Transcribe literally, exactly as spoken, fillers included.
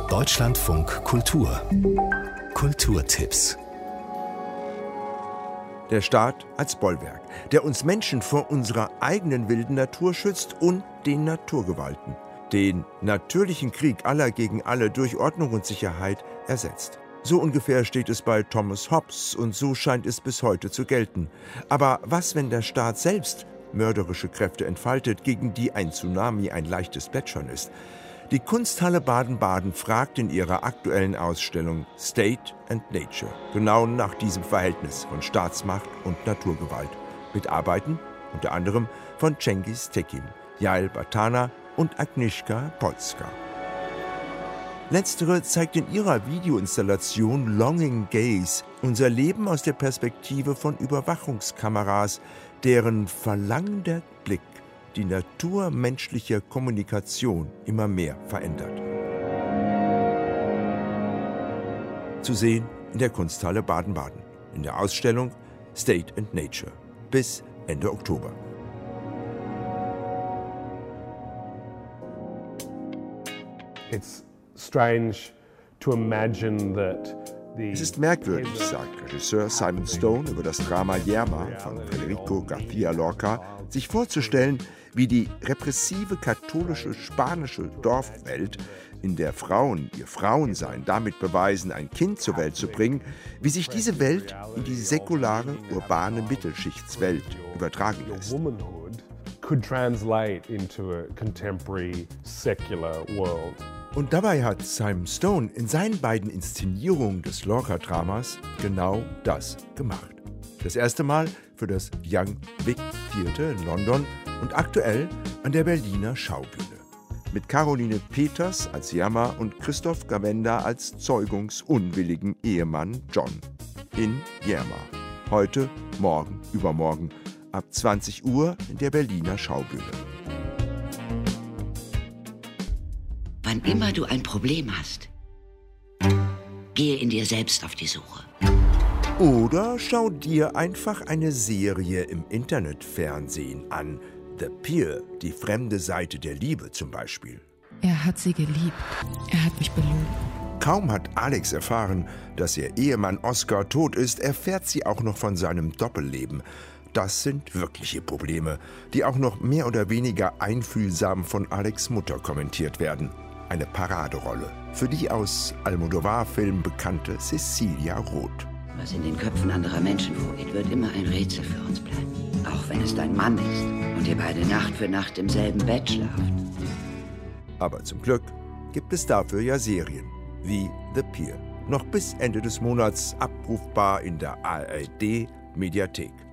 Deutschlandfunk Kultur. Kulturtipps. Der Staat als Bollwerk, der uns Menschen vor unserer eigenen wilden Natur schützt und den Naturgewalten, den natürlichen Krieg aller gegen alle durch Ordnung und Sicherheit ersetzt. So ungefähr steht es bei Thomas Hobbes und so scheint es bis heute zu gelten. Aber was, wenn der Staat selbst mörderische Kräfte entfaltet, gegen die ein Tsunami ein leichtes Plätschern ist? Die Kunsthalle Baden-Baden fragt in ihrer aktuellen Ausstellung State and Nature genau nach diesem Verhältnis von Staatsmacht und Naturgewalt. Mit Arbeiten unter anderem von Cengiz Tekin, Yael Bartana und Agnieszka Polska. Letztere zeigt in ihrer Videoinstallation Longing Gaze unser Leben aus der Perspektive von Überwachungskameras, deren verlangender Blick die Natur menschlicher Kommunikation immer mehr verändert. Zu sehen in der Kunsthalle Baden-Baden, in der Ausstellung State and Nature bis Ende Oktober. It's strange to imagine that Es ist merkwürdig, sagt Regisseur Simon Stone über das Drama Yerma von Federico García Lorca, sich vorzustellen, wie die repressive katholische spanische Dorfwelt, in der Frauen ihr Frauensein damit beweisen, ein Kind zur Welt zu bringen, wie sich diese Welt in die säkulare, urbane Mittelschichtswelt übertragen lässt. Could translate into a contemporary secular world. Und dabei hat Simon Stone in seinen beiden Inszenierungen des Lorca-Dramas genau das gemacht. Das erste Mal für das Young Vic Theatre in London und aktuell an der Berliner Schaubühne. Mit Caroline Peters als Yerma und Christoph Gawenda als zeugungsunwilligen Ehemann John. In Yerma. Heute, morgen, übermorgen, ab zwanzig Uhr in der Berliner Schaubühne. Wann immer du ein Problem hast, gehe in dir selbst auf die Suche. Oder schau dir einfach eine Serie im Internetfernsehen an. The Pier, die fremde Seite der Liebe zum Beispiel. Er hat sie geliebt. Er hat mich belogen. Kaum hat Alex erfahren, dass ihr Ehemann Oscar tot ist, erfährt sie auch noch von seinem Doppelleben. Das sind wirkliche Probleme, die auch noch mehr oder weniger einfühlsam von Alex' Mutter kommentiert werden. Eine Paraderolle für die aus Almodovar-Filmen bekannte Cecilia Roth. Was in den Köpfen anderer Menschen vorgeht, wird immer ein Rätsel für uns bleiben. Auch wenn es dein Mann ist und ihr beide Nacht für Nacht im selben Bett schlaft. Aber zum Glück gibt es dafür ja Serien wie The Pier. Noch bis Ende des Monats abrufbar in der A R D-Mediathek.